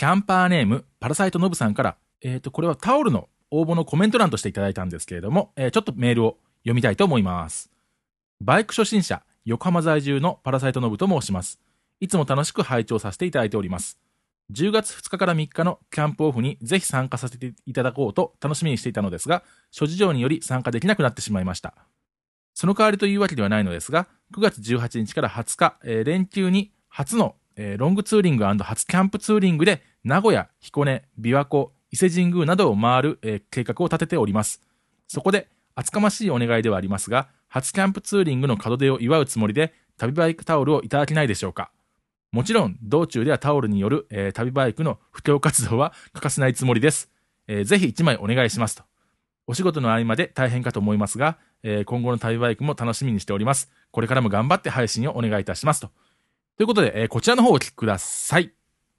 キャンパーネームパラサイトノブさんから、これはタオルの応募のコメント欄としていただいたんですけれども、ちょっとメールを読みたいと思います。バイク初心者、横浜在住のパラサイトノブと申します。いつも楽しく拝聴させていただいております。10月2日から3日のキャンプオフにぜひ参加させていただこうと楽しみにしていたのですが、諸事情により参加できなくなってしまいました。その代わりというわけではないのですが、9月18日から20日、連休に初の、ロングツーリング&初キャンプツーリングで名古屋、彦根、琵琶湖、伊勢神宮などを回る、計画を立てております。そこで厚かましいお願いではありますが、初キャンプツーリングの門出を祝うつもりで旅バイクタオルをいただけないでしょうか。もちろん道中ではタオルによる、旅バイクの布教活動は欠かせないつもりです。ぜひ1枚お願いしますと。お仕事の合間で大変かと思いますが、今後の旅バイクも楽しみにしております。これからも頑張って配信をお願いいたしますと。ということで、こちらの方をお聞きください。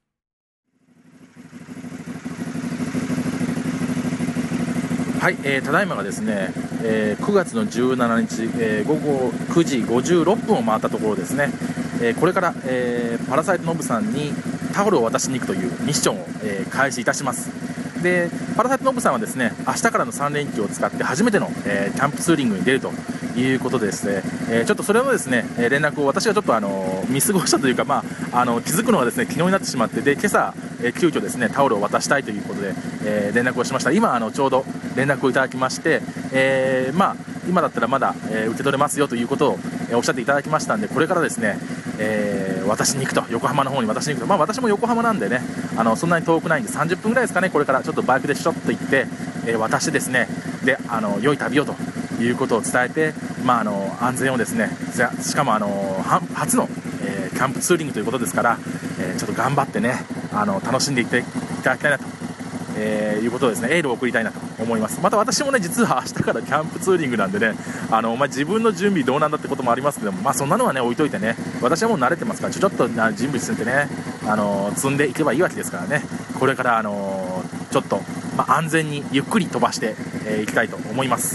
はい、ただいまがですね、9月の17日、午後9時56分を回ったところですね。これから、パラサイトノブさんにタオルを渡しに行くというミッションを、開始いたします。で、パラサイトノブさんはですね、明日からの3連休を使って初めての、キャンプツーリングに出るということでですね、ちょっとそれのですね、連絡を私がちょっと見過ごしたというか、気づくのがですね、昨日になってしまって、で、今朝、急遽ですね、タオルを渡したいということで、連絡をしました。今、ちょうど連絡をいただきまして、今だったらまだ、受け取れますよということを、おっしゃっていただきましたんで、これからですね、渡しに行くと、横浜の方に渡しに行くと、私も横浜なんでね、そんなに遠くないんで30分ぐらいですかね。これからちょっとバイクでちょっと行って、渡してですね、で良い旅をということを伝えて、安全をですね、しかも初の、キャンプツーリングということですから、ちょっと頑張ってね、楽しんでいっていただきたいなと、いうことをですね、エールを送りたいなと思います。また私もね、実は明日からキャンプツーリングなんでね、自分の準備どうなんだってこともありますけども、そんなのはね置いといてね、私はもう慣れてますから、ちょっと準備してね、積んでいけばいいわけですからね。これからちょっと、安全にゆっくり飛ばしていきたいと思います。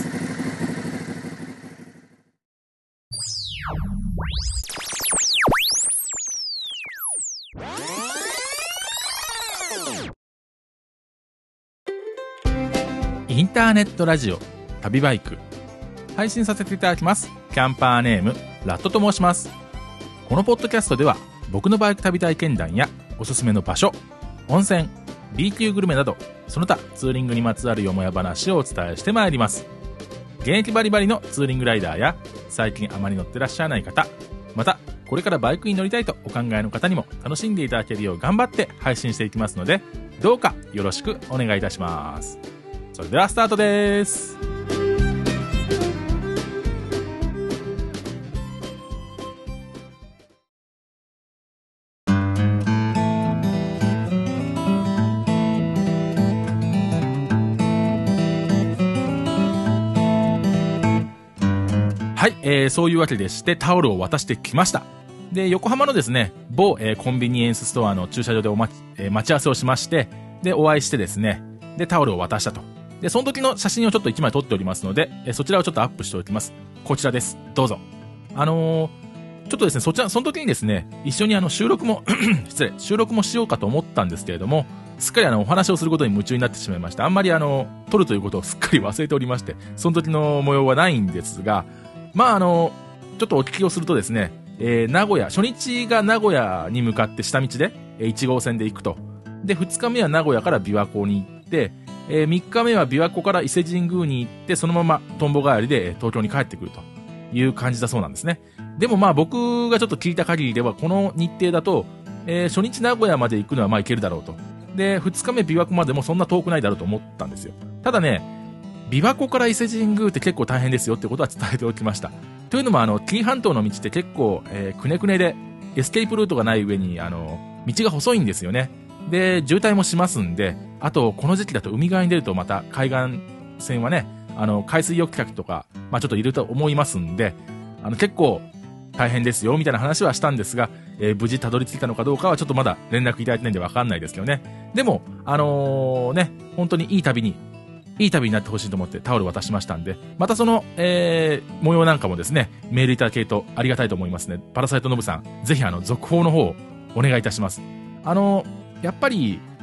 インターネットラジオ旅バイク配信させていただきます。キャンパーネームラットと申します。このポッドキャストでは僕のバイク旅体験談やおすすめの場所、温泉、B 級グルメなどその他ツーリングにまつわるよもや話をお伝えしてまいります。現役バリバリのツーリングライダーや最近あまり乗ってらっしゃらない方、またこれからバイクに乗りたいとお考えの方にも楽しんでいただけるよう頑張って配信していきますので、どうかよろしくお願いいたします。それではスタートです。はい、そういうわけでしてタオルを渡してきました。で、横浜のですね、某、コンビニエンスストアの駐車場で待ち合わせをしまして、で、お会いしてですね、で、タオルを渡したと。で、その時の写真をちょっと1枚撮っておりますので、そちらをちょっとアップしておきます。こちらです。どうぞ。ちょっとですね、その時にですね、一緒に収録も収録もしようかと思ったんですけれども、すっかりお話をすることに夢中になってしまいました。あんまり撮るということをすっかり忘れておりまして、その時の模様はないんですが、ちょっとお聞きをするとですね、名古屋、初日が名古屋に向かって下道で、1号線で行くと。で、2日目は名古屋から琵琶湖に行って、3日目は琵琶湖から伊勢神宮に行って、そのままとんぼ帰りで東京に帰ってくるという感じだそうなんですね。でも僕がちょっと聞いた限りでは、この日程だと、初日名古屋まで行くのは行けるだろうと。で、2日目琵琶湖までもそんな遠くないだろうと思ったんですよ。ただね、琵琶湖から伊勢神宮って結構大変ですよってことは伝えておきました。というのも紀伊半島の道って結構、くねくねでエスケープルートがない上に道が細いんですよね。で、渋滞もしますんで、あとこの時期だと海側に出るとまた海岸線はね、海水浴客とかちょっといると思いますんで、結構大変ですよみたいな話はしたんですが、無事たどり着いたのかどうかはちょっとまだ連絡いただいてないんでわかんないですけどね。でも本当にいい旅になってほしいと思ってタオル渡しましたんで、またその、模様なんかもですね、メールいただけるとありがたいと思いますね。パラサイトノブさん、ぜひ続報の方をお願いいたします。やっぱり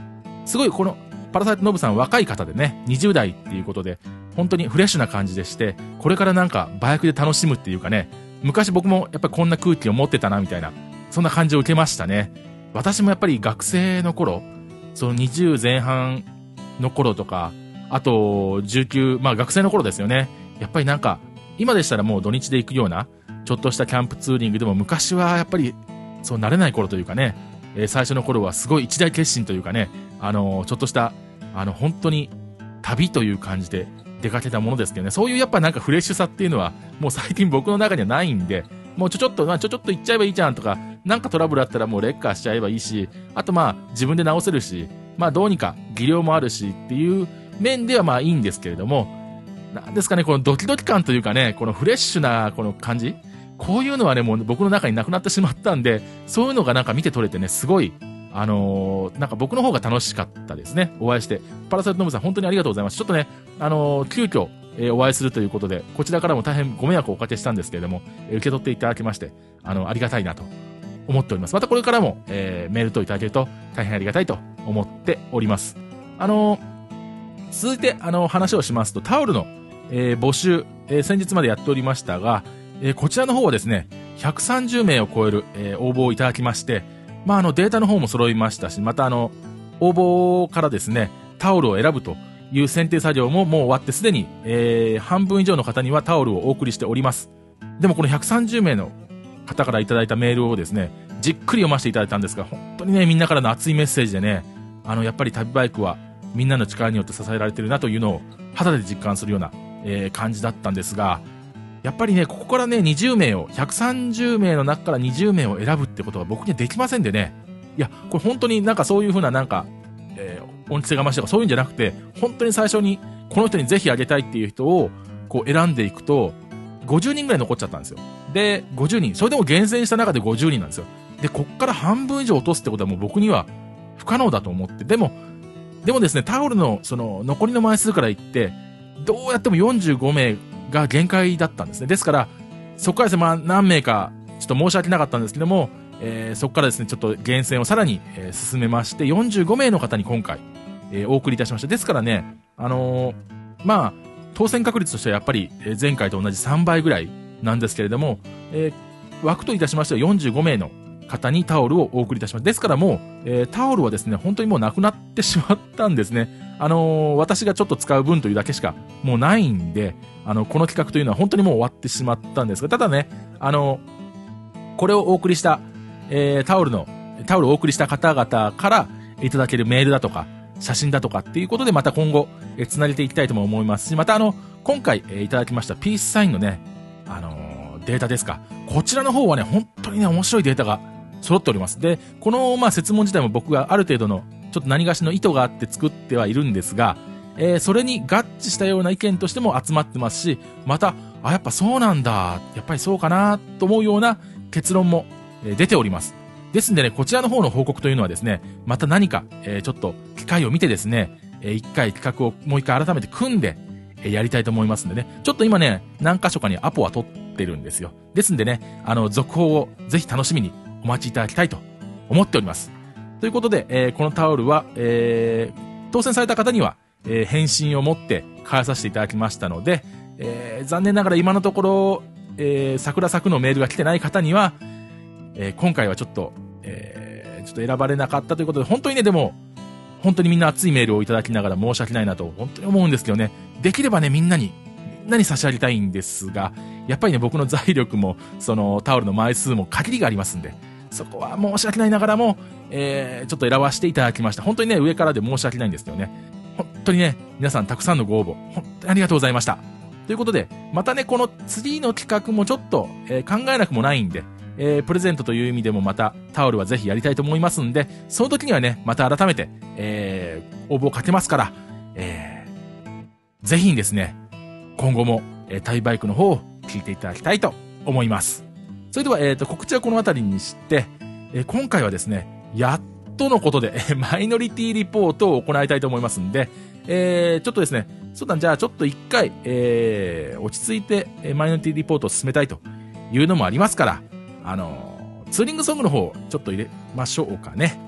すごいこのパラサイトノブさん若い方でね、20代っていうことで、本当にフレッシュな感じでして、これからなんかバイクで楽しむっていうかね、昔僕もやっぱりこんな空気を持ってたなみたいな、そんな感じを受けましたね。私もやっぱり学生の頃、その20前半の頃とか、あと19、まあ学生の頃ですよね。やっぱりなんか、今でしたらもう土日で行くような、ちょっとしたキャンプツーリングでも昔はやっぱり、そう慣れない頃というかね、最初の頃はすごい一大決心というかね、ちょっとした、本当に旅という感じで出かけたものですけどね、そういうやっぱなんかフレッシュさっていうのは、もう最近僕の中にはないんで、もうちょっと行っちゃえばいいじゃんとか、なんかトラブルあったらもうレッカーしちゃえばいいし、あとまあ自分で直せるし、まあどうにか技量もあるしっていう面ではまあいいんですけれども、なんですかね、このドキドキ感というかね、このフレッシュなこの感じ、こういうのはね、もう僕の中になくなってしまったんで、そういうのがなんか見て取れてね、すごい、なんか僕の方が楽しかったですね。お会いして。パラサイトノブさん、本当にありがとうございます。ちょっとね、急遽、お会いするということで、こちらからも大変ご迷惑をおかけしたんですけれども、受け取っていただきまして、ありがたいなと思っております。またこれからも、メールといただけると大変ありがたいと思っております。続いて、話をしますと、タオルの、募集、先日までやっておりましたが、こちらの方はですね、130名を超える、応募をいただきまして、まあ、データの方も揃いましたし、また応募からですね、タオルを選ぶという選定作業ももう終わってすでに、半分以上の方にはタオルをお送りしております。でもこの130名の方からいただいたメールをですね、じっくり読ませていただいたんですが、本当にね、みんなからの熱いメッセージでね、やっぱり旅バイクはみんなの力によって支えられてるなというのを肌で実感するような、感じだったんですが、やっぱりね、ここからね、20名を、130名の中から20名を選ぶってことが僕にはできませんでね。いや、これ本当になんかそういう風ななんか、音声がましとかそういうんじゃなくて、本当に最初にこの人にぜひあげたいっていう人をこう選んでいくと、50人ぐらい残っちゃったんですよ。で、50人。それでも厳選した中で50人なんですよ。で、こっから半分以上落とすってことはもう僕には不可能だと思って。でもですね、タオルのその残りの枚数から言って、どうやっても45名が限界だったんですね。ですから、そこからですね、まあ何名か、ちょっと申し訳なかったんですけども、そこからですね、ちょっと厳選をさらに、進めまして、45名の方に今回、お送りいたしました。ですからね、まあ、当選確率としてはやっぱり、前回と同じ3倍ぐらいなんですけれども、枠といたしましては45名の方にタオルをお送りいたします。ですからもう、タオルはですね、本当にもうなくなってしまったんですね。私がちょっと使う分というだけしかもうないんで、この企画というのは本当にもう終わってしまったんですが、ただね、これをお送りした、タオルをお送りした方々からいただけるメールだとか、写真だとかっていうことでまた今後、つなげていきたいとも思いますし、また今回、いただきましたピースサインのね、データですか。こちらの方はね、本当にね、面白いデータが揃っております。で、この、まあ、設問自体も僕がある程度の、ちょっと何がしの意図があって作ってはいるんですが、それに合致したような意見としても集まってますし、また、やっぱそうなんだ、やっぱりそうかな、と思うような結論も、出ております。ですんでね、こちらの方の報告というのはですね、また何か、ちょっと機会を見てですね、一回企画をもう一回改めて組んで、やりたいと思いますんでね、ちょっと今ね、何箇所かにアポは取ってるんですよ。ですんでね、続報をぜひ楽しみにお待ちいただきたいと思っております。ということで、このタオルは、当選された方には、返信を持って返させていただきましたので、残念ながら今のところ、桜咲くのメールが来てない方には、今回はちょっと選ばれなかったということで、本当にね、でも、本当にみんな熱いメールをいただきながら申し訳ないなと、本当に思うんですけどね、できればね、みんなに差し上げたいんですが、やっぱりね、僕の財力も、そのタオルの枚数も限りがありますんで、そこは申し訳ないながらも、ちょっと選ばせていただきました。本当にね、上からで申し訳ないんですけどね、本当にね、皆さんたくさんのご応募、本当にありがとうございました。ということで、またね、この次の企画もちょっと、考えなくもないんで、プレゼントという意味でもまたタオルはぜひやりたいと思いますんで、その時にはね、また改めて、応募をかけますから、ぜひですね、今後も、タイバイクの方を聞いていただきたいと思います。それでは、告知はこのあたりにして、今回はですね、やっとのことで、マイノリティリポートを行いたいと思いますんで、ちょっとですね、そうだ、じゃあちょっと一回、落ち着いて、マイノリティリポートを進めたいというのもありますから、ツーリングソングの方、ちょっと入れましょうかね。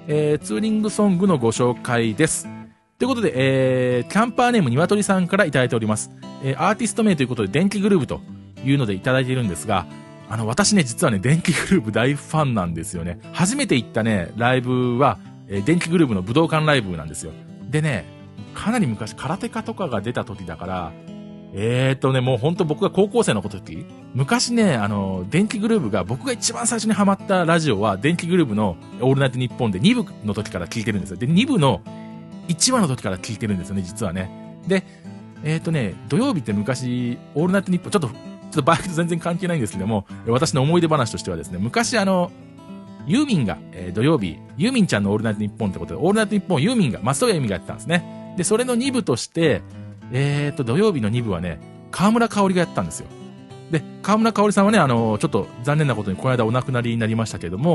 ツーリングソングのご紹介です。ということで、キャンパーネームにわとりさんからいただいております。アーティスト名ということで電気グルーヴというのでいただいているんですが、私ね、実はね、電気グルーヴ大ファンなんですよね。初めて行ったね、ライブは、電気グルーヴの武道館ライブなんですよ。でね、かなり昔、空手家とかが出た時だから、もうほんと僕が高校生の時、昔ね、電気グルーヴが、僕が一番最初にハマったラジオは、電気グルーヴのオールナイトニッポンで2部の時から聞いてるんですよ。で、2部の1話の時から聞いてるんですよね、実はね。で、土曜日って昔、オールナイトニッポン、ちょっとバイクと全然関係ないんですけども、私の思い出話としてはですね、昔ユーミンが、土曜日、ユーミンちゃんのオールナイトニッポンってことで、オールナイトニッポンユーミンが、松任谷由実がやってたんですね。で、それの2部として、土曜日の2部はね、河村香織がやったんですよ。で、河村香織さんはね、ちょっと残念なことにこの間お亡くなりになりましたけれども、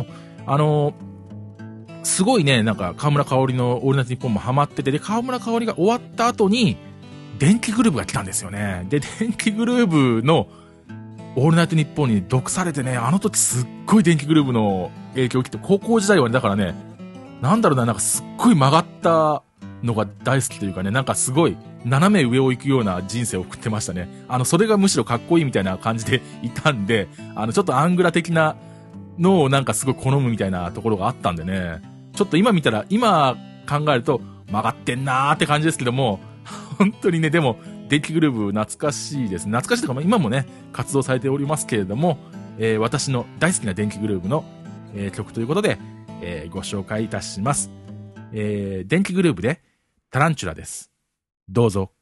すごいね、なんか河村香織のオールナイトニッポンもハマってて、で、河村香織が終わった後に、電気グルーヴが来たんですよね。で、電気グルーヴのオールナイトニッポンに毒されてね、あの時すっごい電気グルーヴの影響を受けて、高校時代はね、だからね、なんだろうな、なんかすっごい曲がったのが大好きというかね、なんかすごい斜め上を行くような人生を送ってましたね。それがむしろかっこいいみたいな感じでいたんで、ちょっとアングラ的なのをなんかすごい好むみたいなところがあったんでね、ちょっと今考えると曲がってんなーって感じですけども、本当にね、でも、電気グルーヴ懐かしいです。懐かしいとか、今もね、活動されておりますけれども、私の大好きな電気グルーヴの、曲ということで、ご紹介いたします。電気グルーヴでタランチュラです。どうぞ。